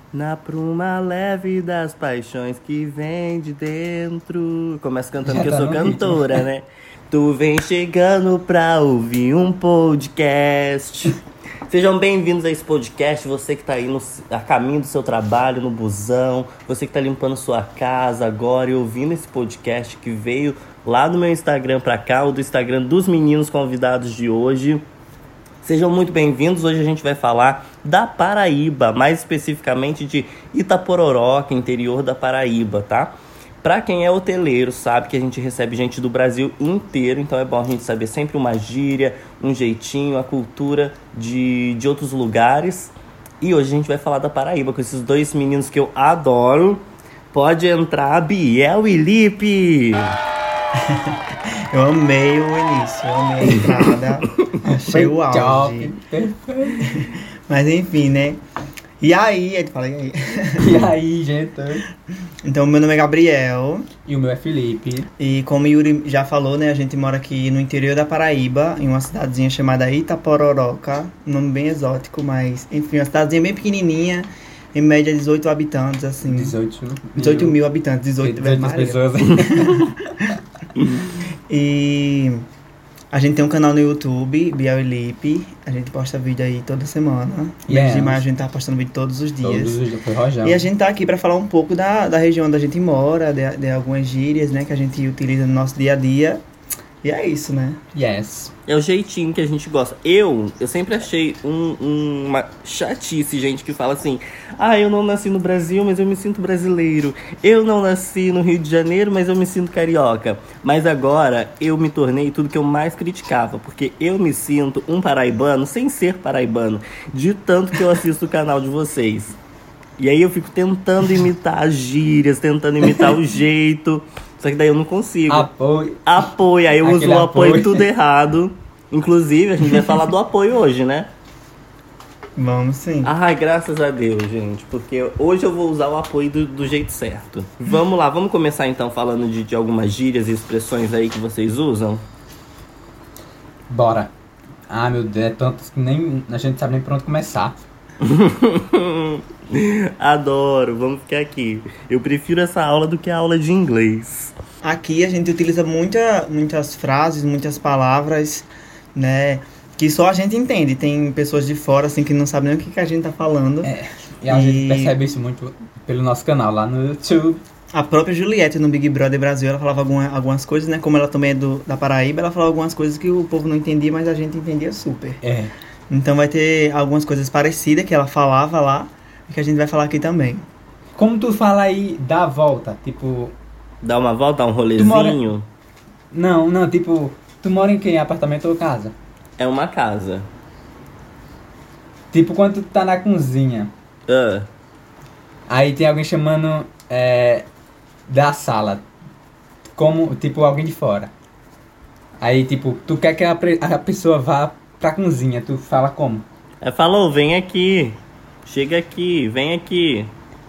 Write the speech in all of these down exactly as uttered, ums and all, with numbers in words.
Na pruma leve das paixões que vem de dentro. Começo cantando Já que eu tá sou no cantora, ritmo. né? Tu vem chegando pra ouvir um podcast. Sejam bem-vindos a esse podcast. Você que tá aí no, a caminho do seu trabalho, no busão. Você que tá limpando sua casa agora e ouvindo esse podcast que veio lá do meu Instagram pra cá, ou do Instagram dos meninos convidados de hoje. Sejam muito bem-vindos. Hoje a gente vai falar da Paraíba, mais especificamente de Itapororoca, interior da Paraíba, tá? Pra quem é hoteleiro, sabe que a gente recebe gente do Brasil inteiro, então é bom a gente saber sempre uma gíria, um jeitinho, a cultura de, de outros lugares. E hoje a gente vai falar da Paraíba com esses dois meninos que eu adoro. Pode entrar, Biel e Lipe! Eu amei o início, eu amei a entrada, achei o auge. Mas enfim, né? E aí, ele fala, e aí? E aí, gente? Então, meu nome é Gabriel. E o meu é Felipe. E como o Yuri já falou, né? A gente mora aqui no interior da Paraíba, em uma cidadezinha chamada Itapororoca. Um nome bem exótico, mas enfim, uma cidadezinha bem pequenininha. Em média, dezoito habitantes, assim. dezoito mil. dezoito mil habitantes, dezoito, dezoito pessoas. E a gente tem um canal no YouTube, Biel e Lipe. A gente posta vídeo aí toda semana. Mês Yes. de maio a gente tá postando vídeo todos os dias. Todos os dias, foi rojão. E a gente tá aqui pra falar um pouco da, da região onde a gente mora, de, de algumas gírias, né, que a gente utiliza no nosso dia a dia. E é isso, né? Yes. É o jeitinho que a gente gosta. Eu, eu sempre achei um, um- uma chatice, gente, que fala assim: ah, eu não nasci no Brasil, mas eu me sinto brasileiro. Eu não nasci no Rio de Janeiro, mas eu me sinto carioca. Mas agora eu me tornei tudo que eu mais criticava, porque eu me sinto um paraibano sem ser paraibano, de tanto que eu assisto o canal de vocês. E aí eu fico tentando imitar as gírias, tentando imitar o jeito. Só que daí eu não consigo. Apoio. Apoio, aí eu Aquele uso o apoio, apoio. tudo errado. Inclusive, a gente vai falar do apoio hoje, né? Vamos sim. Ai, graças a Deus, gente. Porque hoje eu vou usar o apoio do, do jeito certo. Vamos lá, vamos começar então falando de, de algumas gírias e expressões aí que vocês usam? Bora. Ah, meu Deus, é tantos que nem a gente sabe nem por onde começar. Adoro, vamos ficar aqui. Eu prefiro essa aula do que a aula de inglês. Aqui a gente utiliza muita, muitas frases, muitas palavras, né? Que só a gente entende. Tem pessoas de fora, assim, que não sabem nem o que, que a gente tá falando. É, e a E- gente percebe isso muito pelo nosso canal lá no YouTube. A própria Juliette no Big Brother Brasil, ela falava alguma, algumas coisas, né? Como ela também é do, da Paraíba, ela falava algumas coisas que o povo não entendia, mas a gente entendia super. É. Então vai ter algumas coisas parecidas que ela falava lá e que a gente vai falar aqui também. Como tu fala aí, dá a volta, tipo... Dá uma volta, dá um Tu mora- rolezinho. Não, não, tipo... Tu mora em quem? Apartamento ou casa? É uma casa. Tipo, quando tu tá na cozinha, Ah, aí tem alguém chamando é, da sala. Como, tipo, alguém de fora. Aí, tipo, tu quer que a, pre- a pessoa vá pra cozinha, tu fala como? é, falou, vem aqui. Chega aqui, vem aqui.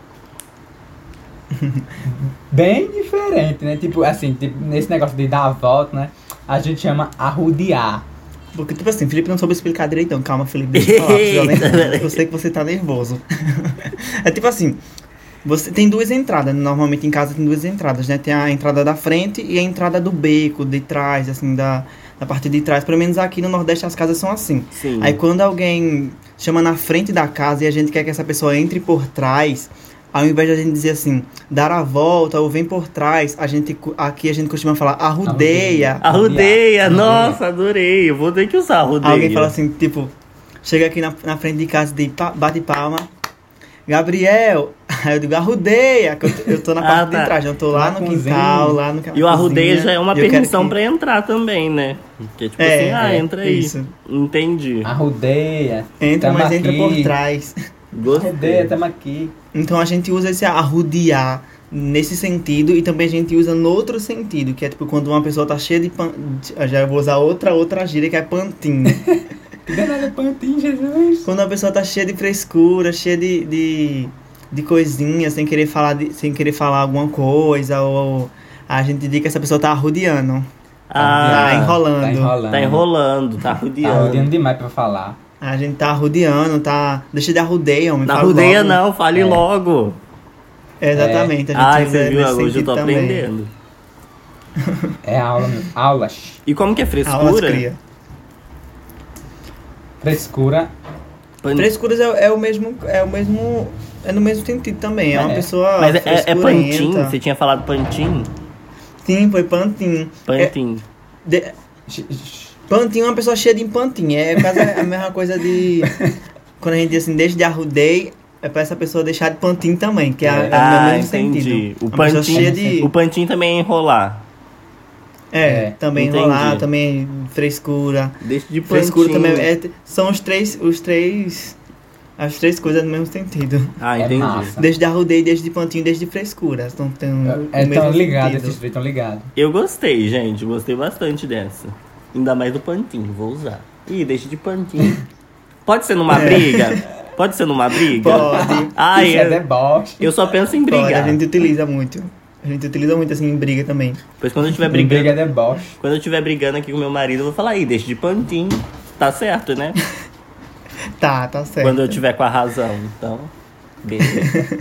Bem diferente, né? Tipo, assim, tipo, nesse negócio de dar a volta, né? A gente chama arrodear. Porque, tipo assim, Felipe não soube explicar direito, então. Calma, Felipe, deixa eu falar. porque eu nem- Eu sei que você tá nervoso. É tipo assim, você tem duas entradas. Normalmente em casa tem duas entradas, né? Tem a entrada da frente e a entrada do beco, de trás, assim, da, da parte de trás. Pelo menos aqui no Nordeste as casas são assim. Sim. Aí quando alguém chama na frente da casa e a gente quer que essa pessoa entre por trás, ao invés de a gente dizer assim, dar a volta ou vem por trás, a gente, aqui a gente costuma falar arrudeia. Arrudeia, Arrudeia. nossa, adorei. Eu vou ter que usar arrudeia. Alguém fala assim, tipo, chega aqui na, na frente de casa e pa- bate palma. Gabriel, aí eu digo arrudeia, que eu, tô- eu tô na Ah, parte tá. de trás, eu tô lá Na no cozinha. quintal, lá no E o arrudeia cozinha, já é uma e eu quero permissão que- pra entrar também, né? Porque tipo É, assim, ah, é, entra aí. isso. Entendi. Arrodeia. Entra, tamo mas entra por aqui. trás. Gostei. Arrodeia, tamo aqui. Então a gente usa esse arrudear nesse sentido e também a gente usa no outro sentido, que é tipo quando uma pessoa tá cheia de pan... já vou usar outra outra gíria que é pantinho. Que danada pantinho, Jesus. Quando a pessoa tá cheia de frescura, cheia de, de, de coisinhas, sem querer falar de, sem querer falar alguma coisa, ou a gente diz que essa pessoa tá arrudeando. Ah, Tá enrolando. Tá enrolando. tá enrolando, tá Tá arrudeando. arrodeando demais pra falar. A gente tá arrudeando, tá... Deixa de arrudeia, homem. Não fala arrudeia logo. não, fale É. logo. Exatamente, a gente Ai, usa você viu? nesse Hoje eu sentido tô também. aprendendo. É aula, meu. Aulas. E como que é Aulas frescura? cria. Frescura. Pan- Frescuras é, é o mesmo... É o mesmo... É no mesmo sentido também. É, uma É. pessoa Mas é, é, é pantin? frescurenta. Você tinha falado pantin? Sim, foi pantin. Pantin. De... Pantin é uma pessoa cheia de pantin. É quase a mesma coisa de... Quando a gente diz assim, deixa de arrudei, é pra essa pessoa deixar de pantin também, que é, é no Ah, mesmo entendi. sentido. O Uma pessoa pantin, cheia de... o pantin também é enrolar. É, É, também entendi. enrolar, também frescura. Deixa de pantin. Frescura também é, são os três, os três, as três coisas no mesmo sentido. Ah, É entendi. massa. Desde arrudei, desde de pantinho, desde de frescura. Então tem o É mesmo tão ligado, sentido. esses três tão ligados. Eu gostei, gente. Gostei bastante dessa. Ainda mais do pantin, vou usar. Ih, deixa de pantin. Pode ser numa briga? Pode ser numa briga? Pode. Ai, Isso é eu, deboche. eu só penso em Pode, brigar. a gente utiliza muito. A gente utiliza muito assim em briga também. Pois quando eu estiver Em brigando, briga é deboche. quando eu estiver brigando aqui com meu marido, eu vou falar, ih, deixa de pantin. Tá certo, né? Tá, tá certo. Quando eu tiver com a razão. Então, beleza.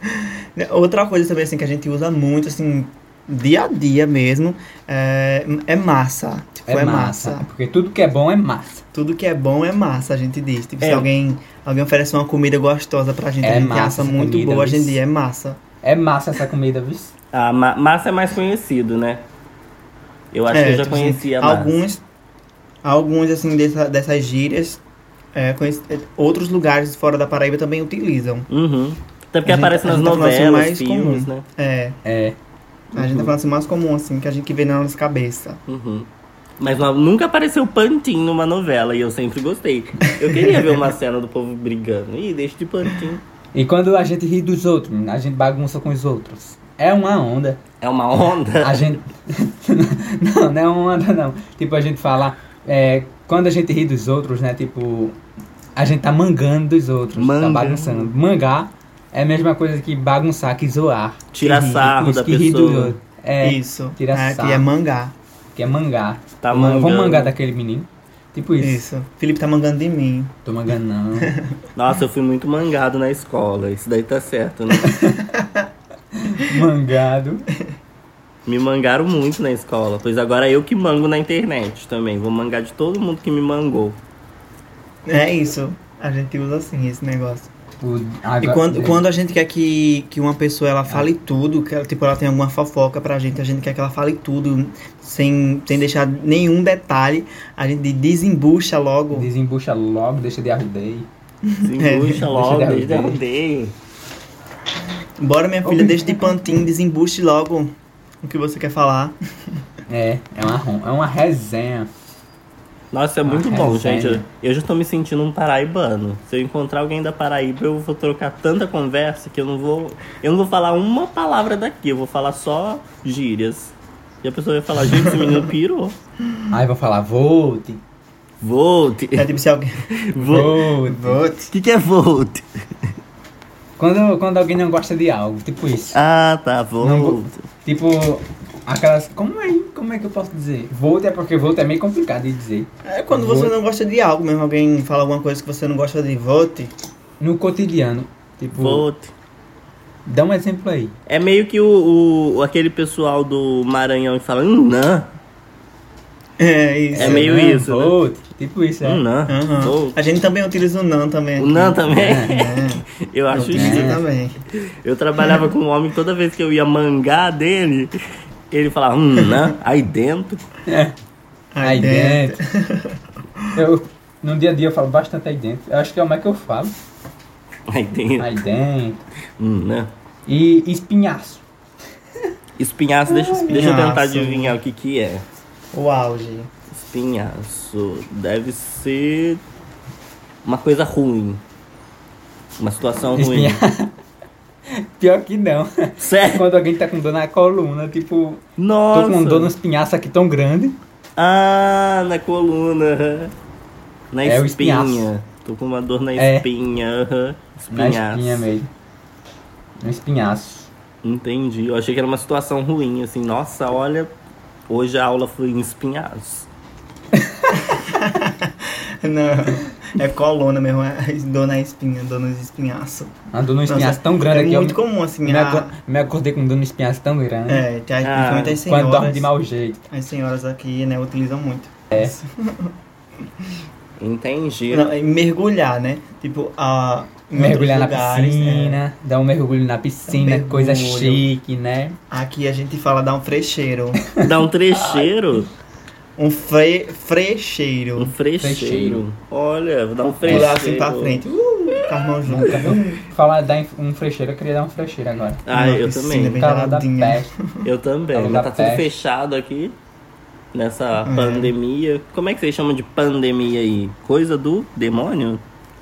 Outra coisa também assim que a gente usa muito assim dia a dia mesmo é, é massa. Tipo, É, massa. Porque tudo que é bom é massa. Tudo que é bom é massa, a gente diz. Tipo, É. se alguém, alguém oferece uma comida gostosa pra gente, É a gente massa acha essa muito comida, boa, a gente viu? diz, é massa. É massa essa comida, viu? A ma massa é mais conhecido, né? Eu acho É, que eu já tipo assim, conhecia a massa. alguns, alguns assim dessa, dessas gírias, é, conhec- outros lugares fora da Paraíba também utilizam. Uhum. Até porque A gente- aparece a nas gente tá falando assim novelas, mais filmes, comum. né? É, É. a gente tá falando assim mais comum assim, que a gente que vê na nossa cabeça. Uhum. Mas não- nunca apareceu pantin numa novela e eu sempre gostei. Eu queria ver uma cena do povo brigando. Ih, deixa de pantin. E quando a gente ri dos outros, a gente bagunça com os outros. É uma onda. É uma onda? A gente. Não, não é uma onda, não. Tipo, a gente fala. É, quando a gente ri dos outros, né? Tipo. A gente tá mangando dos outros. Mangando. Tá bagunçando. Mangar é a mesma coisa que bagunçar, que zoar. Tirar Que rir, sarro isso, da que rir dos pessoa. outros. É, Isso, tira é, sarro. que é mangar. que é mangar. Tá Vamos- Vamos mangando. mangar daquele menino. Tipo isso. Isso. Felipe tá mangando de mim. Tô mangando, não. Nossa, eu fui muito mangado na escola. Isso daí tá certo, né? Mangado. Me mangaram muito na escola. Pois agora eu que mango na internet também. Vou mangar de todo mundo que me mangou. É isso. A gente usa assim esse negócio. O- E agora- quando, quando a gente quer que, que uma pessoa ela fale tudo, que ela, tipo, ela tem alguma fofoca pra gente, a gente quer que ela fale tudo, sem, sem deixar nenhum detalhe, a gente desembucha logo. Desembucha logo, deixa de arrudei. Desembucha logo, Deixa desde eu a ver. rodeio. Bora, minha filha, deixa de pantinho, desembuche logo o que você quer falar. É, é uma, rom- é uma resenha. Nossa, é Uma muito bom, resenha. gente. Eu já tô me sentindo um paraibano. Se eu encontrar alguém da Paraíba, eu vou trocar tanta conversa que eu não vou. Eu não vou falar uma palavra daqui, eu vou falar só gírias. E a pessoa vai falar, gente, esse menino pirou. Aí eu vou falar, volte, Volte. É tipo se alguém. Volte. volte. Vote. O que, que é volte? Quando, quando alguém não gosta de algo, tipo isso. Ah, tá, Não vou- volte. Tipo, aquelas. Como é, como é que eu posso dizer? Volte é porque volte é meio complicado de dizer. É quando você Vote. não gosta de algo mesmo, alguém fala alguma coisa que você não gosta de vote. No cotidiano, tipo, Volte. dá um exemplo aí. É meio que o, o- aquele pessoal do Maranhão que fala, hum, não. É isso. É meio Não, isso, né? Volte, tipo isso, é. Hum, não. Aham. Volte. A gente também utiliza o não também. O aqui. não também? É, Eu acho utiliza isso. também. Eu trabalhava com um homem, toda vez que eu ia mangar dele, ele falava, hum, não, aí dentro. É. Aí dentro. Eu, no dia a dia eu falo bastante aí dentro. Eu acho que é o mais que eu falo. Aí dentro. Aí dentro. Hum, não. E espinhaço. Espinhaço, deixa, deixa eu tentar Espinhaço. adivinhar o que que é. O auge. Espinhaço. Deve ser uma coisa ruim. Uma situação ruim. Espinha... Pior que não. Sério? Quando alguém tá com dor na coluna, tipo, Nossa. tô com dor no espinhaço aqui tão grande. Ah, na coluna. aham. Na É o espinha. espinhaço. Tô com uma dor na É. espinha. aham. Na Espinhaço. espinha mesmo. No espinhaço. Entendi. Eu achei que era uma situação ruim, assim. Nossa, olha, hoje a aula foi em espinhaço. Não. É coluna mesmo, é dor na espinha, dor nos espinhaços. Uma dor no espinhaço Nossa, tão grande é aqui. muito eu comum, assim, me, a- aco- me acordei com dor no espinhaço tão grande. É, que as, Ah, principalmente as Quando dorme senhoras, de mau jeito. as senhoras aqui, né, utilizam muito. É. Entendi. Não, e mergulhar, né? Tipo, a, em Mergulhar na outros lugares, piscina, dar um mergulho na piscina, Um coisa mergulho. chique, né? é, aqui a gente fala dar um frecheiro. Dá um trecheiro. Um fre, frecheiro. Um frecheiro. Frecheiro. Olha, vou dar um frecheiro. Pular assim pra frente. Uh, com as mãos juntas. Falar dar um frecheiro, eu queria dar um frecheiro agora. Ah, Uma eu piscina também. bem Calor da geladinha. peste. Eu também. Calor Mas da tá tudo peste. fechado aqui. Nessa É. pandemia. Como é que vocês chamam de pandemia aí? Coisa do demônio?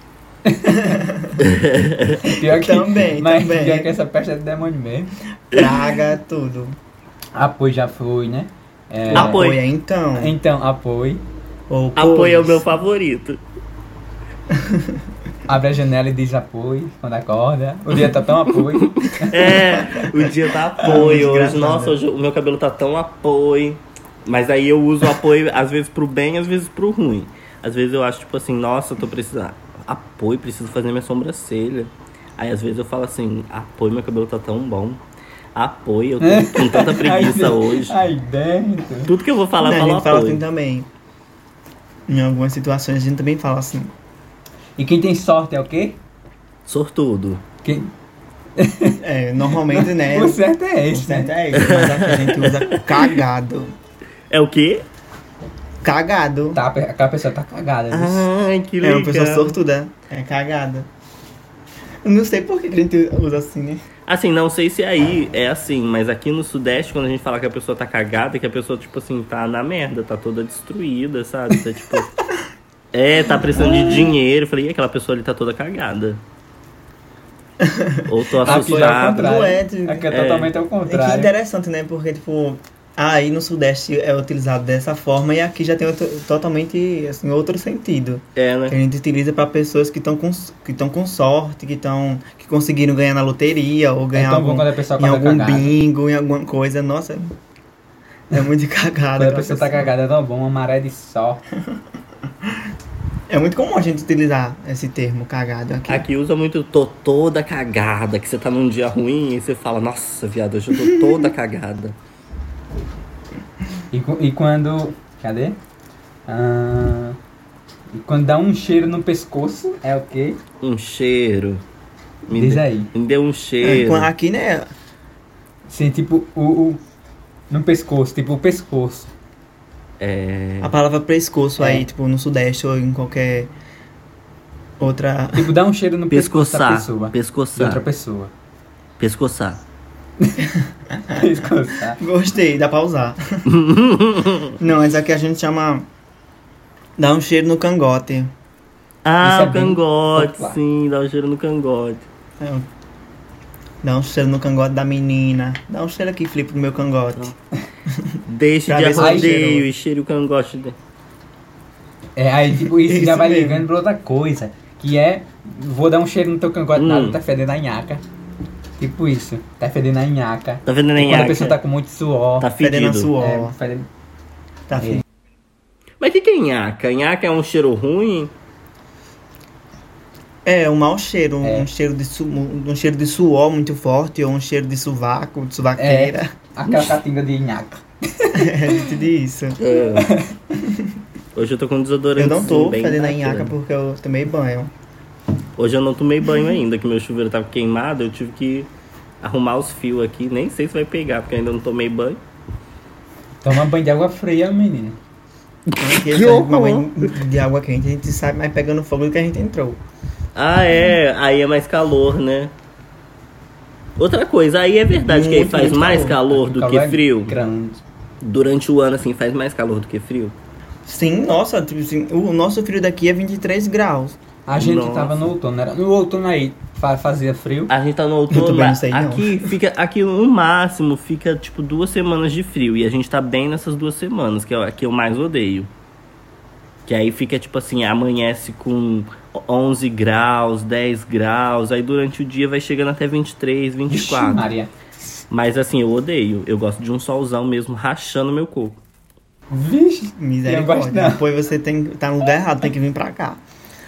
Pior que, Também, mas também. pior que essa peste é do demônio mesmo. Praga, tudo. Apoio já foi, né? É, Apoio. Apoia, então. Então, apoio. Ou Apoio é o pois. meu favorito. Abre a janela e diz apoio quando acorda. O dia tá tão apoio. É, o dia tá apoio hoje. Desgraçado. Nossa, hoje o meu cabelo tá tão apoio. Mas aí eu uso o apoio às vezes pro bem, às vezes pro ruim. Às vezes eu acho tipo assim, nossa, eu tô precisando. Apoio, preciso fazer minha sobrancelha. Aí às vezes eu falo assim, apoio, meu cabelo tá tão bom. Apoio, eu tô com tanta preguiça Aí, hoje. Aí dentro. Tudo que eu vou falar, Não, eu a falo gente fala assim apoio. também. Em algumas situações a gente também fala assim. E quem tem sorte é o quê? Sortudo. Quem... É, normalmente, né? O certo é o esse, certo né? é esse, mas aqui a gente usa cagado. É o quê? Cagado. Tá, aquela pessoa tá cagada. viu? Ai, que É legal. uma pessoa sortuda. É cagada. Eu não sei por que a gente usa assim, né? Assim, não sei se aí é assim, mas aqui no Sudeste, quando a gente fala que a pessoa tá cagada, que a pessoa, tipo assim, tá na merda, tá toda destruída, sabe? Tá tipo. É, tá precisando de dinheiro. Eu falei, e aquela pessoa ali tá toda cagada. Ou tô Aqui já é o assustado. contrário. Não é, tipo, Aqui é, é. totalmente ao É que contrário. interessante, né? Porque, tipo, aí no Sudeste é utilizado dessa forma e aqui já tem outro, totalmente, assim, outro sentido. É, né? Que a gente utiliza para pessoas que estão com, que estão com sorte, que, estão, que conseguiram ganhar na loteria ou ganhar É tão bom algum, quando a pessoa em acorda algum cagada. bingo, em alguma coisa. Nossa, é muito cagada. Quando a aquela pessoa tá pessoa. cagada é tão bom, uma maré de sorte. É muito comum a gente utilizar esse termo cagado aqui. Aqui usa muito tô toda cagada, que você tá num dia ruim e você fala, nossa, viado, hoje eu tô toda cagada. E, cu- e quando... Cadê? Ah, e quando dá um cheiro no pescoço, é o quê? Um cheiro. Me Diz de- aí. Me deu um É, cheiro. com- aqui, né? Sim, tipo, o, o... No pescoço, tipo o pescoço. É. A palavra pescoço É. aí, tipo, no Sudeste ou em qualquer outra. Tipo, dá um cheiro no pescoço da Pescoçar. pessoa. De Pescoçar. outra pessoa. Pescoçar. Pescoçar. Gostei, dá pra usar. Não, mas aqui a gente chama. Dá um cheiro no cangote. Ah, Isso é o bem cangote, popular. sim, dá um cheiro no cangote. É, dá um cheiro no cangote da menina. Dá um cheiro aqui, Felipe, no meu cangote. Deixe Pra de ver se arrodeio cheirou. e cheire o cangote dele. É, aí tipo, isso, Isso já vai mesmo. ligando pra outra coisa. Que é, vou dar um cheiro no teu cangote, Hum. nada, tá fedendo a nhaca. Tipo isso, tá fedendo a nhaca. Tá vendo Tipo, nem quando a pessoa tá com muito suor. Tá Fedendo a fedido. suor. É, fedendo... Tá É. Mas o que, que é nhaca? Nhaca é um cheiro ruim? É, um mau cheiro, um, É. um cheiro de su, um cheiro de suor muito forte, ou um cheiro de sovaco, de suvaqueira. Aquela catinga de nhaca. É, a gente diz isso. É. Hoje eu tô com desodorante. Eu não tô bem fazendo a bacana. nhaca porque eu tomei banho. Hoje eu não tomei banho ainda, que meu chuveiro tava queimado. Eu tive que arrumar os fios aqui. Nem sei se vai pegar, porque ainda não tomei banho. Toma banho de água fria, menina. Aqui a gente toma banho de água quente, a gente sai mais pegando fogo do que a gente entrou. Ah, é. Aí é mais calor, né? Outra coisa, aí é verdade que aí Muito, faz muito mais calor. calor O do calor que é frio? Grande. Durante o ano, assim, faz mais calor do que frio? Sim, nossa, tipo assim, o nosso frio daqui é vinte e três graus. A gente Nossa. tava no outono, era, no outono aí fa- fazia frio. A gente tá no Eu outono, também não mas sei, não. aqui fica, aqui no máximo fica tipo duas semanas de frio e a gente tá bem nessas duas semanas, que é a que eu mais odeio. Que aí fica tipo assim, amanhece com onze graus, dez graus, aí durante o dia vai chegando até vinte e três, vinte e Vixe, quatro. Maria. Mas assim, eu odeio. Eu gosto de um solzão mesmo rachando meu corpo. Vixe. Eu gosto Misericórdia. não. Depois você tem tá no lugar errado, tem que vir pra cá.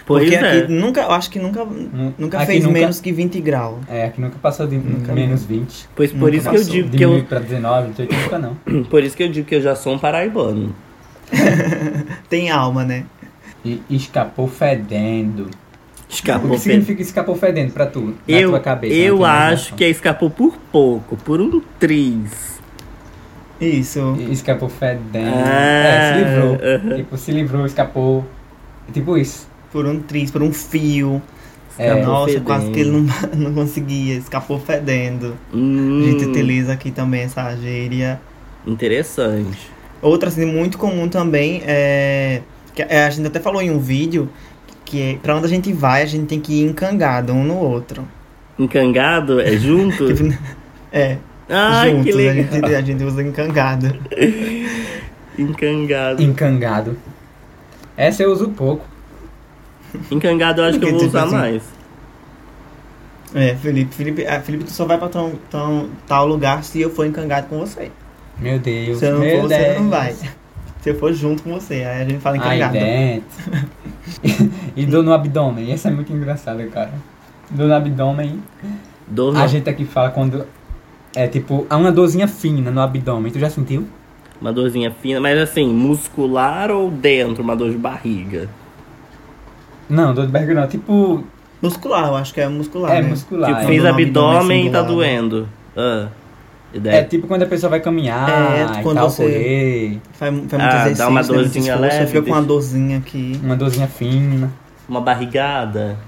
Pois Porque é. aqui nunca, eu acho que nunca, nunca aqui fez nunca- menos que vinte graus. É, aqui nunca passou de Nunca menos vinte. Pois por Nunca isso que eu passou. digo que Diminuiu eu. pra dezenove, dezoito nunca não. Por isso que eu digo que eu já sou um paraibano. Tem alma, né? E escapou fedendo. O Escapou que significa escapou fedendo pra tu? Na Eu, tua cabeça? na eu tua acho imaginação? que é escapou por pouco, por um triz. Isso. Escapou fedendo. Ah, é, se livrou. aham. Tipo, se livrou, escapou. É tipo isso. Por um triz, por um fio. É. Escapou Nossa, fedendo. quase que ele não, não conseguia. Escapou fedendo. Hum, A gente utiliza aqui também essa gíria. Interessante. Outra, assim, muito comum também é... Que a gente até falou em um vídeo que é, pra onde a gente vai, a gente tem que ir encangado um no outro. Encangado é junto? Tipo, é, Ai, juntos, que a legal. gente, a gente usa encangado. Encangado. Encangado. Essa eu uso pouco. Encangado eu acho que eu vou Tipo usar assim, mais. É, Felipe, Felipe, ah, Felipe, tu só vai pra tão, tão, tal lugar se eu for encangado com você. Meu Deus. Se eu não meu for, você Deus. não vai. Se eu for junto com você, aí a gente fala Aí encangado. dentro. E dor no abdômen. Essa é muito engraçada, cara. Dor no abdômen. Dor A no- gente aqui fala quando é tipo, há uma dorzinha fina no abdômen. Tu já sentiu? Uma dorzinha fina, mas assim, muscular ou dentro? Uma dor de barriga? Não, dor de barriga não. Tipo, Muscular, eu acho que é muscular, é né? muscular. tipo, é. fez no abdômen abdômen e tá assim do lado. doendo. Ah, É ideia. tipo quando a pessoa vai caminhar É, e quando tal, você- correr. Faz, faz muito Ah, dá exercício, uma né, muito dorzinha esforço, leve, aí fica com uma deixa- dorzinha aqui. Uma dorzinha fina. Uma barrigada.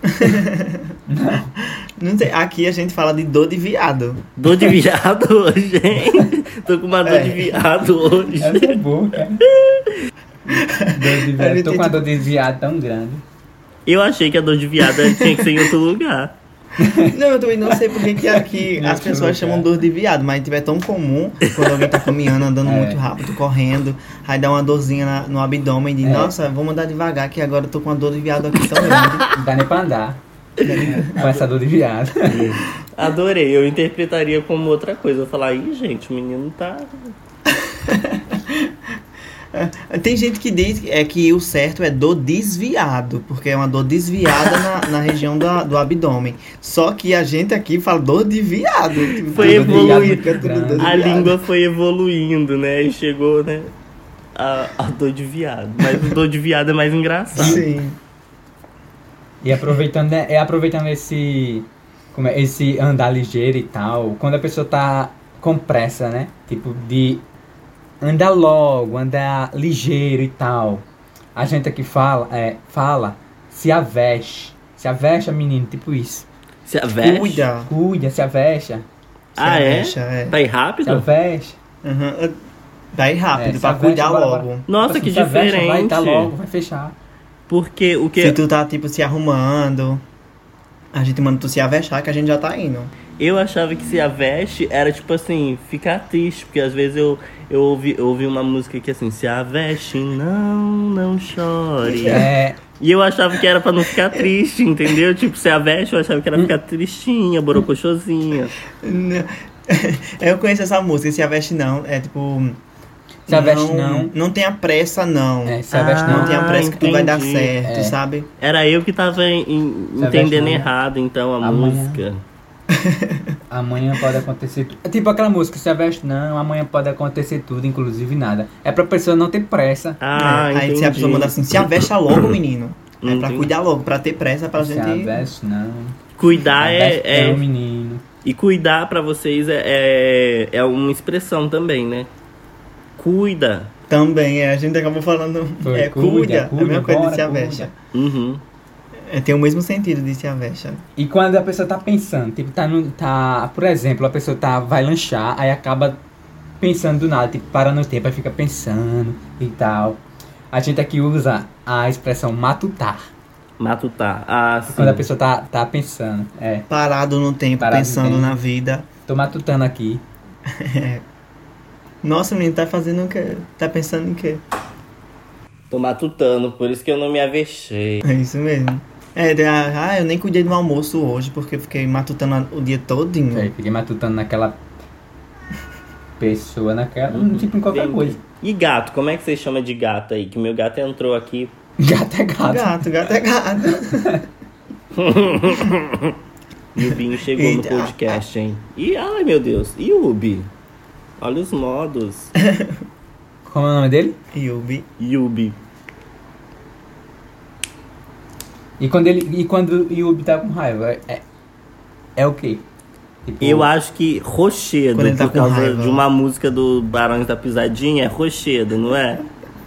Não sei, aqui a gente fala de dor de viado. Dor de viado hoje, hein? Tô com uma dor É. de viado hoje. Essa é boa, cara. Dor de A viado. gente Tô tem com uma tipo- dor de viado tão grande. Eu achei que a dor de viado tinha que ser em outro lugar. Não, eu também não sei porque que aqui Meu as pessoas Deus, chamam cara. dor de viado, mas tipo, é tão comum quando alguém tá caminhando, andando É. muito rápido, correndo, aí dá uma dorzinha na- no abdômen de, É. nossa, vou mandar devagar que agora eu tô com uma dor de viado aqui tão grande. Não dá nem pra andar. Com essa dor de viado. Adorei, eu interpretaria como outra coisa. Eu falar, ih, gente, o menino tá. Tem gente que diz é, que o certo é dor desviado, porque é uma dor desviada na, na região da- do abdômen. Só que a gente aqui fala dor de viado. Tipo, Foi dor de viado, evoluindo. fica tudo dor de A viado. língua foi evoluindo, né? E chegou, né? A, a dor de viado. Mas o dor de viado é mais engraçado. Sim. E aproveitando, né, é aproveitando esse, como é, esse andar ligeiro e tal, quando a pessoa tá com pressa, né? Tipo, de andar logo, andar ligeiro e tal. A gente aqui fala, é, fala, se aveste. Se aveste, menino, tipo isso. Se aveste? Cuida. Cuida, se aveste. Ah, é? Fecha, é. Tá aí Se rápido? aveste. Uhum. Vai rápido, É, se pra aveste, cuidar bora, logo. bora. Nossa, Tipo que se aveste, Vai diferente. tá logo, vai fechar. Porque o que. Se tu tá, tipo, se arrumando, a gente manda tu se avestar que a gente já tá indo. Eu achava que se a veste era tipo assim, ficar triste, porque às vezes eu, eu, ouvi, eu ouvi uma música que assim, se a veste, não, não chore. É, E eu achava que era pra não ficar triste, entendeu? Tipo, se a veste, eu achava que era ficar tristinha, borocochosinha. Não. Eu conheço essa música, se aveste não, é tipo... Se aveste não. Não tenha pressa não. é, se aveste Ah, Não não. tenha pressa que tu vai dar entendi. certo, É. sabe? Era eu que tava em- em- Se a veste entendendo não. errado, então, a Amanhã. música. Amanhã pode acontecer tudo. É tipo aquela música, se aveste não, amanhã pode acontecer tudo, inclusive nada. É pra pessoa não ter pressa. Ah, É, aí entendi. se a pessoa manda assim, se avesta logo, menino. É pra Entendi. cuidar logo, pra ter pressa pra se gente... aveste não. Cuidar é, Aveste é- não, menino. E cuidar pra vocês é, é, é uma expressão também, né? Cuida. Também, é, a gente acabou falando... Foi, é, cuida, cuida, é a cuida, mesma coisa de bora, se avesta. Uhum. É, tem o mesmo sentido de se avesta. E quando a pessoa tá pensando, tipo, tá no. Tá, por exemplo, a pessoa tá, vai lanchar, aí acaba pensando do nada, tipo, para no tempo, aí fica pensando e tal. A gente aqui usa a expressão matutar. Matutar. Ah, sim. Quando a pessoa tá, tá pensando. É, Parado no tempo, Parado no pensando tempo. na vida. tô matutando aqui. Nossa, menino, tá fazendo o quê? Tá pensando em quê? Tô matutando, por isso que eu não me avexei. É isso mesmo. É, de- ah, eu nem cuidei do almoço hoje, porque eu fiquei matutando o dia todinho. Aí, fiquei matutando naquela pessoa, naquela. Tipo, em qualquer Entendi. coisa. E gato, como é que vocês chamam de gato aí? Que meu gato entrou aqui Gato é gato. Gato, gato é gato. E o Binho chegou Eita. no podcast, hein? E, ai meu Deus, e o Ubi? Olha os modos. Como é o nome dele? Yubi. Yubi. E quando ele. E quando o Yubi tá com raiva, é. É o quê? Tipo, Eu acho que Rochedo, Quando ele tá por com causa raiva. de uma música do Barões da Pisadinha, é Rochedo, não é?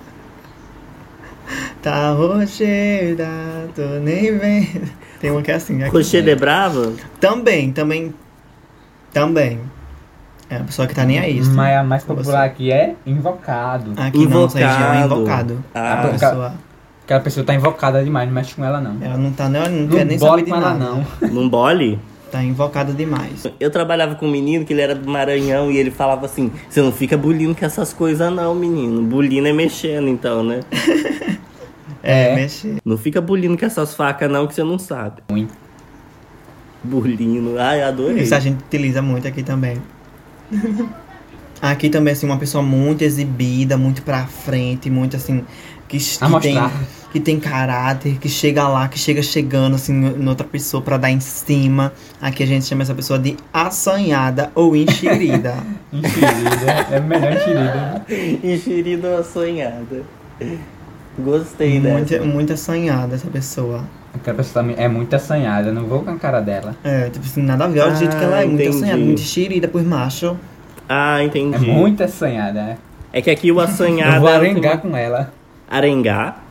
Tá rocheda, tô nem vendo. Tem uma que é assim. Aqui. Rochedo é brava? Também, também. Também. É a pessoa que tá nem aí. isso. Mas a mais popular Você. aqui é invocado. Aqui na nossa região é Invocado. invocado. Ah, A pessoa, Aquela pessoa tá invocada demais, não mexe com ela não. ela não tá nem, não, Não quer nem bole saber de com ela nada. não. Num bole? Tá invocada demais. Eu trabalhava com um menino que ele era do Maranhão e ele falava assim: você não fica bulindo com essas coisas, não, menino. Bulindo é mexendo, então, né? É, É. mexer. Não fica bulindo com essas facas, não, que você não sabe. Ruim. Bulindo. Ai, adorei. Isso a gente utiliza muito aqui também. Aqui também, assim, uma pessoa muito exibida, muito pra frente, muito assim, que, A que, tem, mostrar. que tem caráter, que chega lá, que chega chegando, assim, em outra pessoa pra dar em cima. Aqui a gente chama essa pessoa de assanhada ou enxerida. Enxerida. É melhor enxerida. Enxerida sonhada. Gostei muito, dessa. muito assanhada essa pessoa. Aquela pessoa também é muito assanhada, não vou com a cara dela. É, tipo assim, nada a ver, olha o jeito que ela é, Ah, muito entendi. assanhada, muito enxerida por macho. Ah, entendi. É muito assanhada, né? É que aqui o assanhado. Eu vou é o arengar que- com ela. Arengar?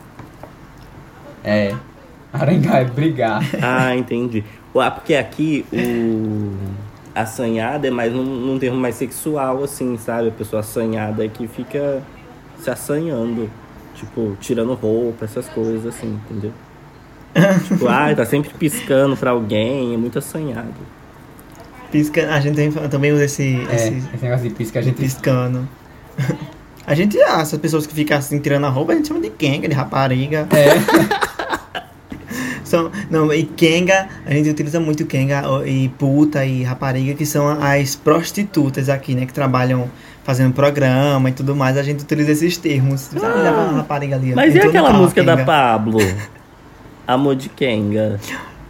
É. Arengar é brigar. Ah, entendi. Ah, porque aqui o assanhada é mais num, num termo mais sexual, assim, sabe? A pessoa assanhada é que fica se assanhando. Tipo, tirando roupa, essas coisas assim, entendeu? Tipo, ah, tá sempre piscando pra alguém, é muito assanhado. Pisca, a gente tem- também usa esse, É, esse esse negócio de pisca a gente. piscando. A gente, ah, essas pessoas que ficam assim tirando a roupa, a gente chama de kenga, de rapariga. É. São, não, e kenga, a gente utiliza muito kenga ó, e puta e rapariga, que são as prostitutas aqui, né? Que trabalham fazendo programa e tudo mais. A gente utiliza esses termos. Ah, leva uma rapariga ali. ó, Mas e entrou no aquela carro, música da kenga. Pablo? Amor de Kenga.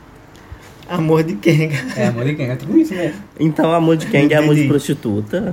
Amor de kenga. É, amor de quem? É tudo isso mesmo. Então amor de Kenga é amor de Entendi. prostituta?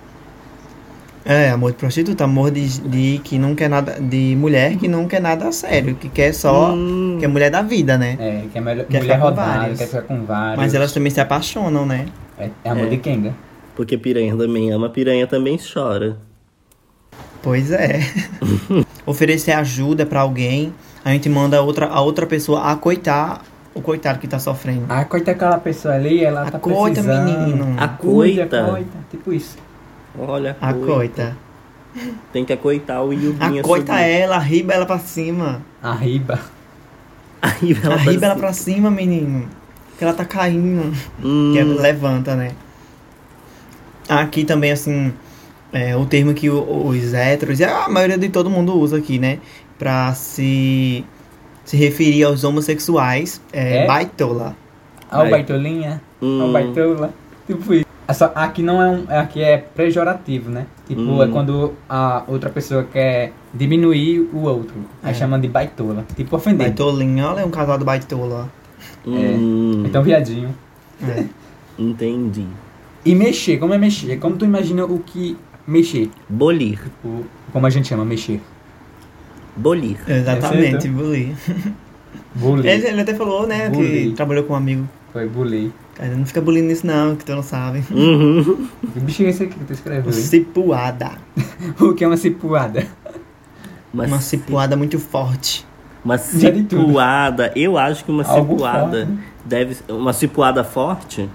É, amor de prostituta, amor de, de que não quer nada, de mulher que não quer nada sério, que quer só, Hum. que é mulher da vida, né? É, que é melhor, Quer mulher ficar com rodada, vários. quer ficar com vários. Mas elas também se apaixonam, né? É, é amor É. de Kenga. Porque piranha também ama, piranha também chora. Pois é. Oferecer ajuda pra alguém, a gente manda a outra, a outra pessoa acoitar o coitado que tá sofrendo. Ah, coita aquela pessoa ali, ela tá Acoita, precisando. menino. Acoita. Cuida, acoita. Tipo isso. Olha, Acoita. Tem que acoitar o Yubinha. Acoita ela, arriba ela pra cima. Arriba. Arriba ela Arriba pra ela pra cima, menino. Que ela tá caindo. Hum. Que é- levanta, né? Aqui também, assim, é, o termo que o- os héteros, e a maioria de todo mundo usa aqui, né? Pra se, se referir aos homossexuais, é, É? baitola. Ó, o Vai. baitolinha. Ó, Hum. o baitola. Tipo isso. Essa, aqui não é um. Aqui é pejorativo, né? Tipo, Hum. é quando a outra pessoa quer diminuir o outro. Aí É. chama de baitola. Tipo, ofender. Baitolinha, olha, é um casal do baitola. Hum, Então, viadinho. É. Entendi. E mexer, como é mexer? Como tu imagina o que mexer? Bolir. O, como a gente chama, mexer? Bolir. Exatamente, Perfeito. bully. Bully. Ele, ele até falou, né, Bully. que trabalhou com um amigo. Foi bully. Cara, não fica bullying nisso não, que tu não sabe. Uhum. Que bicho é esse aqui que tu escreveu? hein? Cipuada. O que é uma cipuada? Uma, Uma ci- cipuada muito forte. uma Já de tudo. cipuada. Eu acho que uma Algo cipuada forte. deve ser. Uma cipuada forte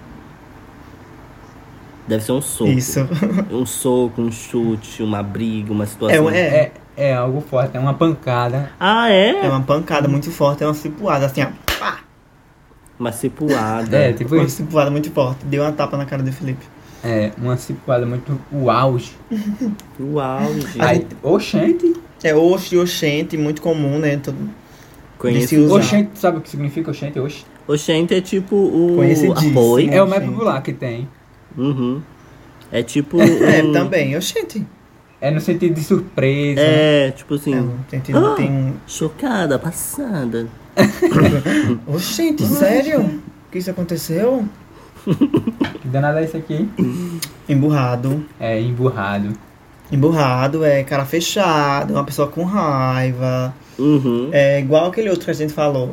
deve ser um soco. Isso. Um soco, um chute, uma briga, uma situação. É, é, É, é algo forte, é uma pancada. Ah, é? é uma pancada muito forte, é uma cipuada, assim, ó. Pá! Uma cipuada. É, tipo Uma isso. cipuada muito forte. Deu uma tapa na cara do Felipe. É, uma cipuada muito. O auge. O auge. Aí, oxente. É oxe, oxente, muito comum, né? Todo... Conheci de se usar. Oxente, sabe o que significa oxente? Oxe. Oxente é tipo o Conhecidíssimo. apoio. É o mais Oxente. popular que tem. Uhum. É tipo. É, um- também, oxente. É no sentido de surpresa. É, tipo assim. É, tem, tem, Ah! tem... Chocada, passada. Oxente, sério? Que isso aconteceu? Que danada é isso aqui, hein? Emburrado. É, emburrado. Emburrado é cara fechado, uma pessoa com raiva. Uhum. É igual aquele outro que a gente falou.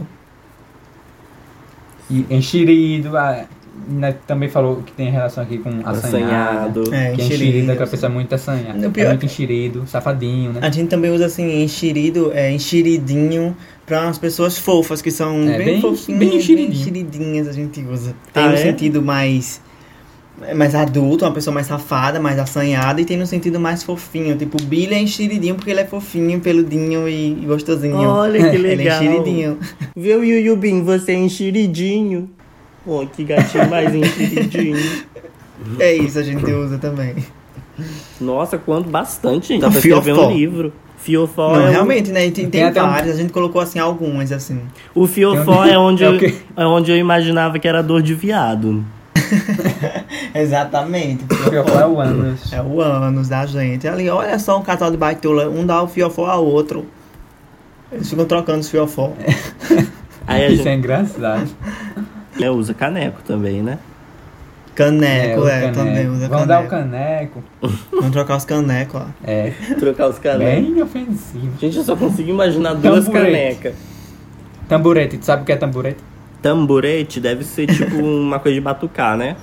E enxerido, a, né, também falou que tem relação aqui com assanhado. Assanhado. É, Que é enxerido. enxerido, é que a pessoa é muito assanhada. No É pior- muito enxerido, safadinho, né? A gente também usa assim, enxerido, é, enxeridinho, pra umas pessoas fofas, que são É, bem, bem- fofinhas, bem bem enxeridinho. enxeridinhas, a gente usa. Tem Ah, no é? sentido mais, mais adulto, uma pessoa mais safada, mais assanhada, e tem no sentido mais fofinho. Tipo, o Billy é enxeridinho porque ele é fofinho, peludinho e, e gostosinho. Olha que Ele é legal. enxeridinho. Viu, Yuyubim? Você é enxeridinho. Pô, que gatinho mais enxeridinho. É isso, a gente usa também. Nossa, quanto bastante, gente. Dá Não, pra escrever fiofó. um livro. Fiofó Não, é o- realmente, né? Tem, tem, Tem até um- vários, a gente colocou assim algumas, assim. O fiofó Tem um- é onde, é eu, o quê? é onde eu imaginava que era dor de viado. Exatamente. O fiofó é o ânus. É o ânus da gente. Ali, olha só um casal de baitola, um dá o fiofó ao outro. Eles ficam trocando os fiofó. Aí a Isso é gente engraçado. é, usa caneco também, né? Caneco, o é, caneco. também usa Vamos dar o caneco. caneco. Vamos trocar os canecos, ó. É, Trocar os canecos. bem ofensivo. Gente, eu só consigo imaginar duas Tamborete. canecas. Tamborete, tu sabe o que é tamborete? Tamborete deve ser tipo uma coisa de batucar, né?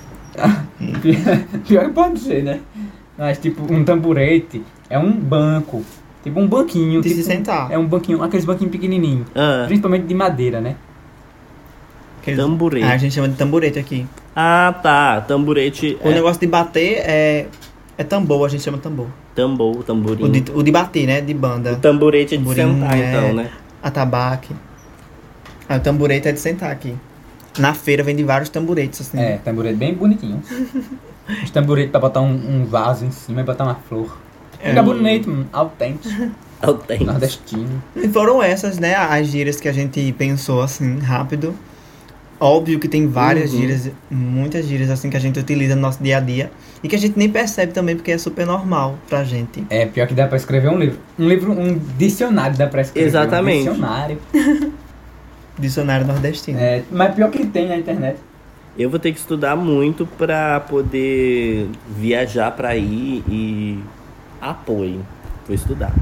Pior que pode ser, né? Mas tipo, um tamborete é um banco. Tipo um banquinho. De tipo, se sentar. É um banquinho, aqueles banquinhos pequenininhos. Ah, Principalmente de madeira, né? Aqueles- Tamborete. Ah, a gente chama de tamborete aqui. ah tá. Tamborete O é negócio de bater é, é tambor, a gente chama tambor. tambor, tamborim. O de, o de bater, né? De banda. O tamborete é de Tamborim, sentar, é. então, né? Atabaque. Ah, o tamborete é de sentar aqui. Na feira vende vários tamboretes, assim. É, tamborete bem bonitinho. Os tamboretes pra botar um, um vaso em cima e botar uma flor. Fica É. bonito, mano. Autêntico, Autêntico. nordestino. E foram essas, né, as gírias que a gente pensou, assim, rápido. Óbvio que tem várias Uhum. gírias, muitas gírias, assim, que a gente utiliza no nosso dia a dia. E que a gente nem percebe também, porque é super normal pra gente. É, pior que dá pra escrever um livro. Um livro, um dicionário dá pra escrever. Exatamente. Um dicionário. Dicionário nordestino. É, mas pior que tem na internet. Eu vou ter que estudar muito pra poder viajar pra ir e apoio. Vou estudar.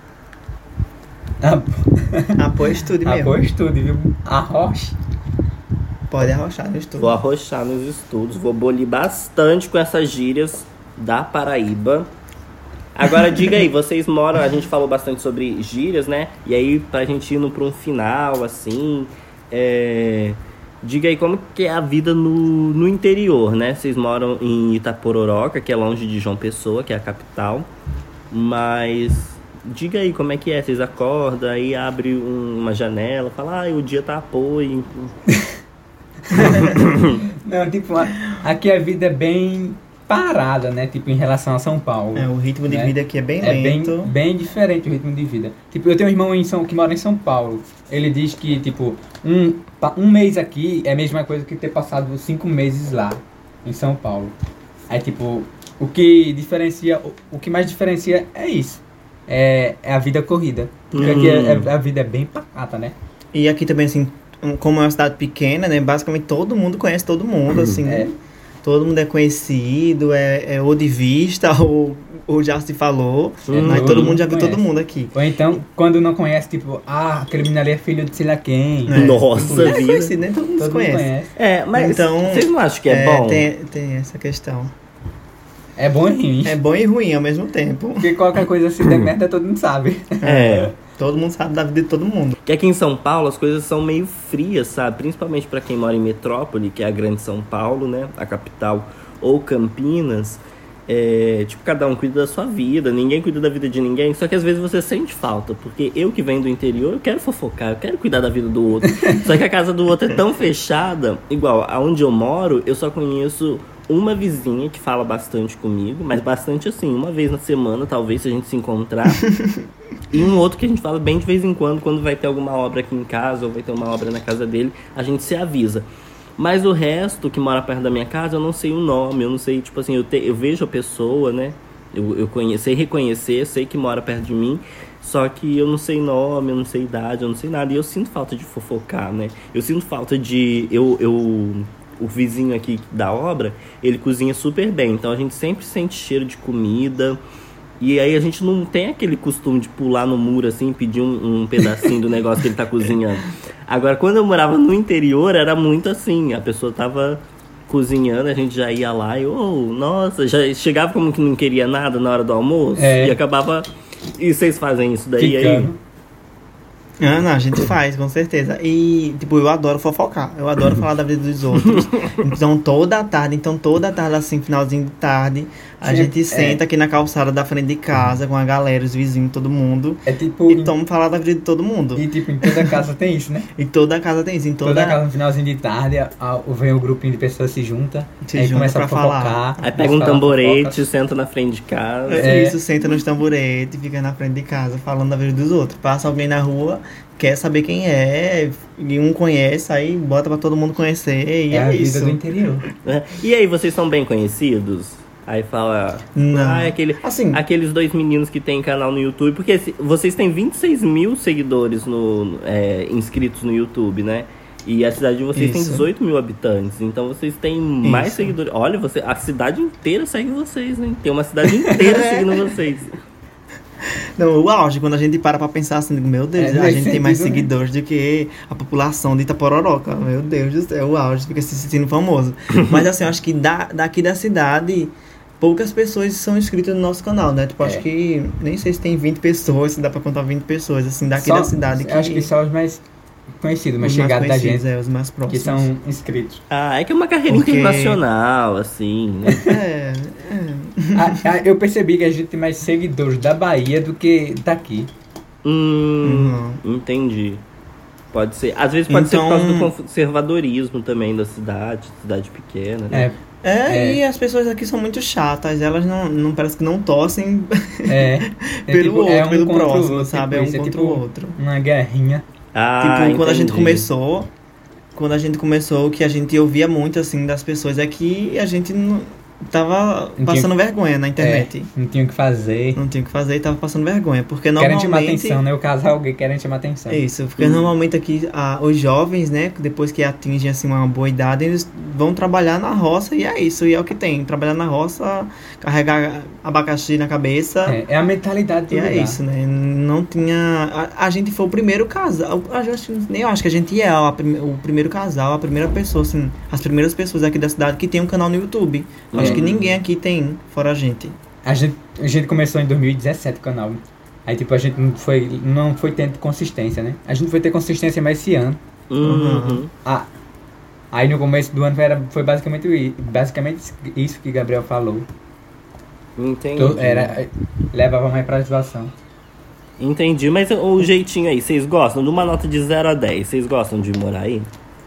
Apoio estude mesmo. Apoio estude, viu? Arroche. Pode arrochar no estudo. Vou arrochar nos estudos, vou bolir bastante com essas gírias da Paraíba. Agora diga aí, vocês moram, a gente falou bastante sobre gírias, né? E aí, pra gente indo pra um final, assim, é... diga aí como que é a vida no, no interior, né? Vocês moram em Itapororoca, que é longe de João Pessoa, que é a capital. Mas diga aí como é que é, vocês acordam, aí abre um- uma janela, fala, ah, o dia tá apoio. Não, tipo, a- aqui a vida é bem parada, né? Tipo, em relação a São Paulo. É, o ritmo de né? vida aqui é bem É bem, lento. bem diferente o ritmo de vida. Tipo, eu tenho um irmão em São, que mora em São Paulo. Ele diz que, tipo, um, pa- um mês aqui é a mesma coisa que ter passado cinco meses lá, em São Paulo. Aí, tipo, o que diferencia, o, o que mais diferencia é isso. É, é a vida corrida. Porque aqui é- é- a vida é bem pacata, né? E aqui também, assim, um- como é uma cidade pequena, né? Basicamente todo mundo conhece todo mundo, assim. É. Todo mundo é conhecido, é, é ou de vista, ou, ou já se falou. Hum, mas todo todo mundo mundo já viu conhece. todo mundo aqui. Ou então, quando não conhece, tipo, ah, aquele menino ali é filho de sei lá quem. É. Nossa É vida. conhecido, nem todo mundo se Todo mundo conhece. conhece. É, mas Então, vocês não acham que é, bom? Tem, tem essa questão. É bom e ruim. É bom e ruim ao mesmo tempo. Porque qualquer coisa assim der merda, todo mundo sabe. É. Todo mundo sabe da vida de todo mundo. Que aqui em São Paulo as coisas são meio frias, sabe? Principalmente pra quem mora em Metrópole, que é a grande São Paulo, né? A capital, ou Campinas. É, tipo, cada um cuida da sua vida, ninguém cuida da vida de ninguém. Só que às vezes você sente falta, porque eu que venho do interior, eu quero fofocar, eu quero cuidar da vida do outro. Só que a casa do outro é tão fechada, igual aonde eu moro, eu só conheço uma vizinha que fala bastante comigo, mas bastante assim, uma vez na semana, talvez, se a gente se encontrar. E um outro que a gente fala bem de vez em quando, quando vai ter alguma obra aqui em casa, ou vai ter uma obra na casa dele, a gente se avisa. Mas o resto que mora perto da minha casa, eu não sei o nome, eu não sei, tipo assim, eu, te, eu vejo a pessoa, né? Eu, eu conhe- sei reconhecer, sei que mora perto de mim, só que eu não sei nome, eu não sei idade, eu não sei nada. E eu sinto falta de fofocar, né? Eu sinto falta de... Eu, eu, o vizinho aqui da obra, ele cozinha super bem. Então a gente sempre sente cheiro de comida. E aí a gente não tem aquele costume de pular no muro assim, pedir um, um pedacinho do negócio que ele tá cozinhando. Agora, quando eu morava no interior, era muito assim. A pessoa tava cozinhando, a gente já ia lá e, oh, nossa, já chegava como que não queria nada na hora do almoço. É. E acabava... E vocês fazem isso daí aí? Ficando. Ah, não, a gente faz, com certeza. E, tipo, eu adoro fofocar. Eu adoro falar da vida dos outros. Então, toda a tarde, então, toda a tarde, assim, finalzinho de tarde, a Sim, gente é. senta aqui na calçada da frente de casa, com a galera, os vizinhos, todo mundo. É tipo... E toma falar da vida de todo mundo. E tipo, em toda casa tem isso, né? E toda casa tem isso. Em Toda, toda, casa no finalzinho de tarde, a- a- vem um grupinho de pessoas se junta, Se aí junta começa pra a fofocar. falar. Aí pega um falar tamborete, fofocas. senta na frente de casa. É É. isso, senta nos tamboretes, fica na frente de casa, falando da vida dos outros. Passa alguém na rua, quer saber quem é, e um conhece, aí bota pra todo mundo conhecer, e É é, a vida isso. do interior. Né? E aí, vocês são bem conhecidos? Aí fala... Não. Ah, é aquele, Assim, aqueles dois meninos que tem canal no YouTube. Porque se- vocês têm vinte e seis mil seguidores no, é, inscritos no YouTube, né? E a cidade de vocês tem Isso. dezoito mil habitantes. Então vocês têm mais Isso. seguidores. Olha, você, a cidade inteira segue vocês, né? Tem uma cidade inteira seguindo vocês. não, o auge, quando a gente para pra pensar assim, meu Deus, É, a faz gente tem mais sentido, né? seguidores do que a população de Itapororoca. Meu Deus do céu, o auge, fica se sentindo famoso. Mas assim, eu acho que da, daqui da cidade, poucas pessoas são inscritas no nosso canal, né? Tipo, É. acho que, nem sei se tem vinte pessoas, se dá pra contar vinte pessoas, assim, daqui Só- da cidade. eu Acho que são os mais conhecidos, mais os mais chegados da conhecidos, gente, é, os mais que próximos. são inscritos. Ah, é que é uma carreira Porque- internacional, assim, né? É, é. Ah, ah, eu percebi que a gente tem mais seguidores da Bahia do que daqui. Hum, entendi. Pode ser. Às vezes pode ser por causa do Então- conservadorismo também da cidade, cidade pequena, né? É, É, É. e as pessoas aqui são muito chatas, elas não, não parece que não torcem é. É pelo tipo, outro, é um pelo contra o próximo, outro, sabe? tipo é um isso, contra tipo o outro. uma guerrinha. Ah, tipo, quando a gente entendi. começou, quando a gente começou, o que a gente ouvia muito, assim, das pessoas é que a gente não, tava Não passando tinha- vergonha na internet. É, não tinha o que fazer. Não tinha o que fazer e tava passando vergonha, porque Querem chamar normalmente... atenção, né? O casal gay querem chamar atenção. É isso, porque normalmente aqui ah, os jovens, né, depois que atingem assim uma boa idade, eles vão trabalhar na roça e é isso, e é o que tem, trabalhar na roça, carregar abacaxi na cabeça, É, é a mentalidade do e é lugar. isso, né, não tinha, a, a gente foi o primeiro casal, eu acho, nem eu acho que a gente é a prime- o primeiro casal, a primeira pessoa, assim, as primeiras pessoas aqui da cidade que tem um canal no YouTube, eu acho É. que ninguém aqui tem, fora a gente. A gente, a gente começou em dois mil e dezessete o canal. Aí, tipo, a gente não foi, não foi tendo consistência, né? A gente foi ter consistência mais esse ano. Uhum. Ah, aí no começo do ano foi, era, foi basicamente, i- basicamente isso que Gabriel falou. Entendi. To- Era, levava mais pra situação. Entendi, mas o o jeitinho aí, vocês gostam? De uma nota de zero a dez, vocês gostam de morar aí?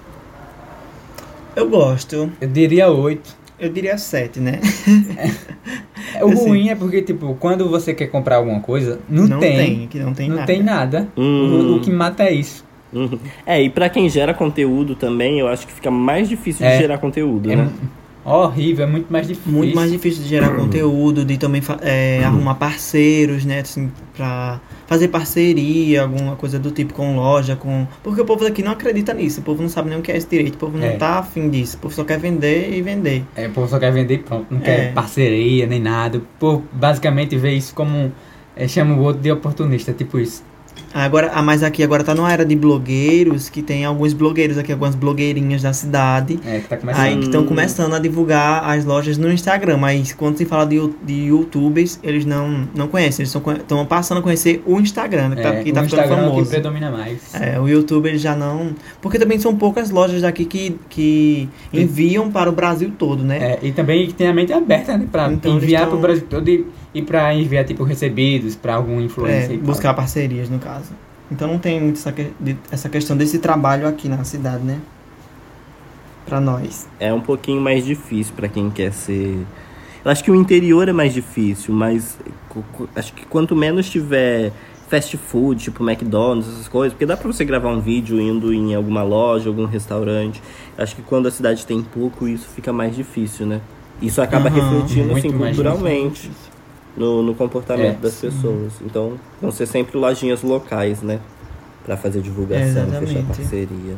Eu gosto, Eu diria oito. eu diria sete, né? O Assim. ruim é porque, tipo, quando você quer comprar alguma coisa, não, tem. que não tem não nada. tem nada. Hum. O, o que mata é isso. Uhum. É, e pra quem gera conteúdo também, eu acho que fica mais difícil de É. gerar conteúdo, É né? horrível, é muito mais difícil. Muito mais difícil de gerar conteúdo, de também fa- é, arrumar parceiros, né? Assim, pra fazer parceria, alguma coisa do tipo com loja, com. Porque o povo daqui não acredita nisso, o povo não sabe nem o que é esse direito, o povo não É. tá afim disso, o povo só quer vender e vender. É, o povo só quer vender e pronto, não É. quer parceria nem nada. O povo basicamente vê isso como. um- É, chama o outro de oportunista, tipo isso. Agora, ah, mas aqui agora tá numa era de blogueiros, que tem alguns blogueiros aqui, algumas blogueirinhas da cidade. É, que tá começando. Aí que estão começando a divulgar as lojas no Instagram, mas quando se fala de, you- de youtubers, eles não, não conhecem, eles estão passando a conhecer o Instagram, que tá, É, que tá o ficando Instagram é o que famoso. predomina mais. É, o YouTube ele já não. Porque também são poucas lojas daqui que, que enviam para o Brasil todo, né? É, e também tem a mente aberta, né? Pra Então, eles enviar tão- pro Brasil todo e, e pra enviar, tipo, recebidos pra algum É, influencer. e tal. buscar parcerias, no caso. Então não tem muito essa, que- de- essa questão desse trabalho aqui na cidade, né? Pra nós. É um pouquinho mais difícil pra quem quer ser. Eu acho que o interior é mais difícil, mas co- co- acho que quanto menos tiver fast food, tipo McDonald's, essas coisas, porque dá pra você gravar um vídeo indo em alguma loja, algum restaurante. Acho que quando a cidade tem pouco, isso fica mais difícil, né? Isso acaba Aham, refletindo muito assim mais culturalmente. no, no comportamento É, das sim. pessoas. Então, vão ser sempre lojinhas locais, né? Pra fazer divulgação, fechar Exatamente. parceria.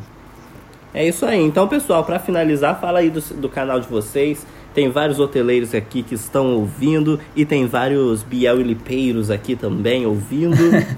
É isso aí. Então, pessoal, pra finalizar, fala aí do, do canal de vocês. Tem vários hoteleiros aqui que estão ouvindo e tem vários Biel e Lipeiros aqui também ouvindo.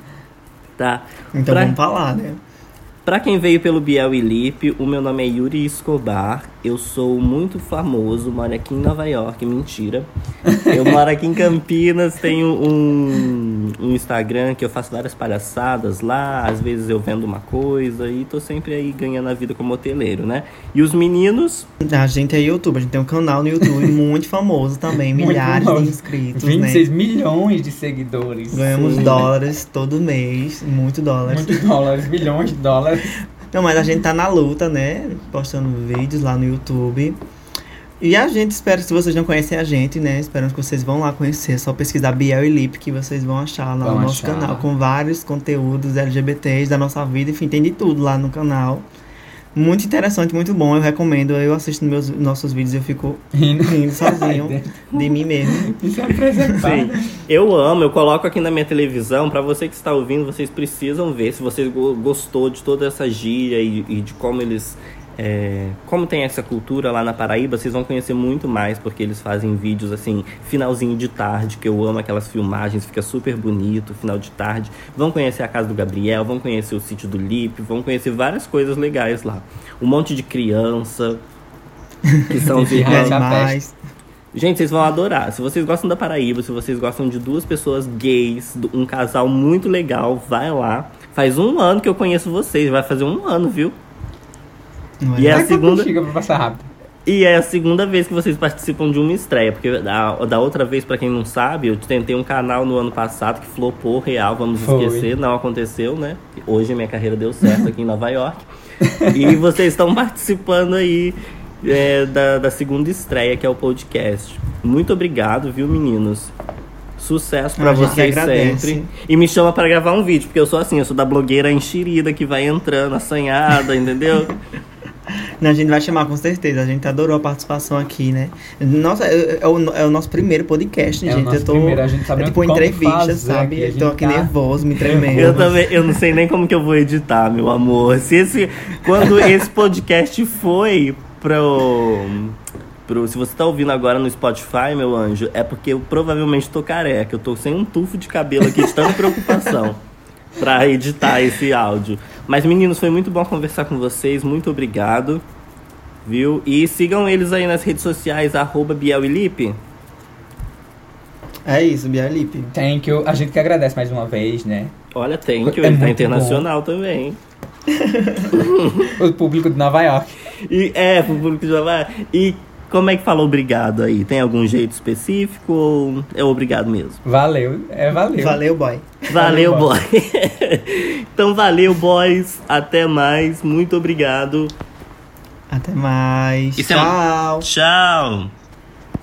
Tá? Então Pra- vamos falar, né? Pra quem veio pelo Biel e Lip, o meu nome é Yuri Escobar. Eu sou muito famoso, moro aqui em Nova York, mentira. Eu moro aqui em Campinas, tenho um, um Instagram que eu faço várias palhaçadas lá. Às vezes eu vendo uma coisa e tô sempre aí ganhando a vida como hoteleiro, né? E os meninos, A gente é youtuber, a gente tem um canal no YouTube muito famoso também, Muito milhares famoso. de inscritos, vinte e seis né? milhões de seguidores. Ganhamos Sim. dólares todo mês, muito dólares. Muitos dólares, bilhões de dólares. Não, mas a gente tá na luta, né? Postando vídeos lá no YouTube. E a gente espera, se vocês não conhecem a gente, né? Esperamos que vocês vão lá conhecer. É só pesquisar Biel e Lip que vocês vão achar lá Vão no nosso achar. canal. Com vários conteúdos L G B T s da nossa vida. Enfim, tem de tudo lá no canal. Muito interessante, muito bom. Eu recomendo. Eu assisto meus nossos vídeos e eu fico Rindo. rindo sozinho de mim mesmo. Isso é preservado. sim, eu amo, eu coloco aqui na minha televisão. Pra você que está ouvindo, vocês precisam ver. Se você go- gostou de toda essa gíria e, e de como eles... é, como tem essa cultura lá na Paraíba, vocês vão conhecer muito mais, porque eles fazem vídeos assim, finalzinho de tarde, que eu amo aquelas filmagens, fica super bonito, final de tarde. Vão conhecer a casa do Gabriel, vão conhecer o sítio do Lipe, vão conhecer várias coisas legais lá. Um monte de criança, que são os De irmãos. Essa Mas, Gente, vocês vão adorar. Se vocês gostam da Paraíba, se vocês gostam de duas pessoas gays, do- um casal muito legal, vai lá. Faz um ano que eu conheço vocês, vai fazer um ano, viu? não E é? é a Mas quando segunda- chega pra passar rápido. E é a segunda vez que vocês participam de uma estreia, porque da, da outra vez, pra quem não sabe, eu tentei um canal no ano passado que flopou real, vamos Foi. esquecer, não aconteceu, né? Hoje minha carreira deu certo aqui em Nova York. E vocês estão participando aí é, da, da segunda estreia, que é o podcast. Muito obrigado, viu, meninos? Sucesso pra A gente que vocês agradece. sempre. E me chama pra gravar um vídeo, porque eu sou assim, eu sou da blogueira enxerida que vai entrando, assanhada, entendeu? Não, a gente vai chamar com certeza. A gente adorou a participação aqui, né? Nossa, é, é o, é o nosso primeiro podcast, É o gente. nosso eu tô. primeiro, a gente sabe é tipo como entrevista, fazer sabe? aqui, a Eu tô gente aqui tá nervoso, me tremendo. Eu também, eu não sei nem como que eu vou editar, meu amor. Se esse, quando esse podcast foi pro, pro... Se você tá ouvindo agora no Spotify, meu anjo, é porque eu provavelmente tô careca. Eu tô sem um tufo de cabelo aqui de tanta preocupação pra editar esse áudio. Mas, meninos, foi muito bom conversar com vocês. Muito obrigado. Viu? E sigam eles aí nas redes sociais, arroba Biel e Lipe. É isso, Bia Lipe. Thank you. A gente que agradece mais uma vez, né? Olha, tem que É ele tá muito internacional também. O público de Nova York. E é, pro público já vai. E como é que fala obrigado aí? Tem algum jeito específico ou é obrigado mesmo? Valeu. É valeu. Valeu, boy. Valeu, Valeu, boy. Então valeu, boys. Até mais. Muito obrigado. Até mais. Isso é um- Tchau. Tchau.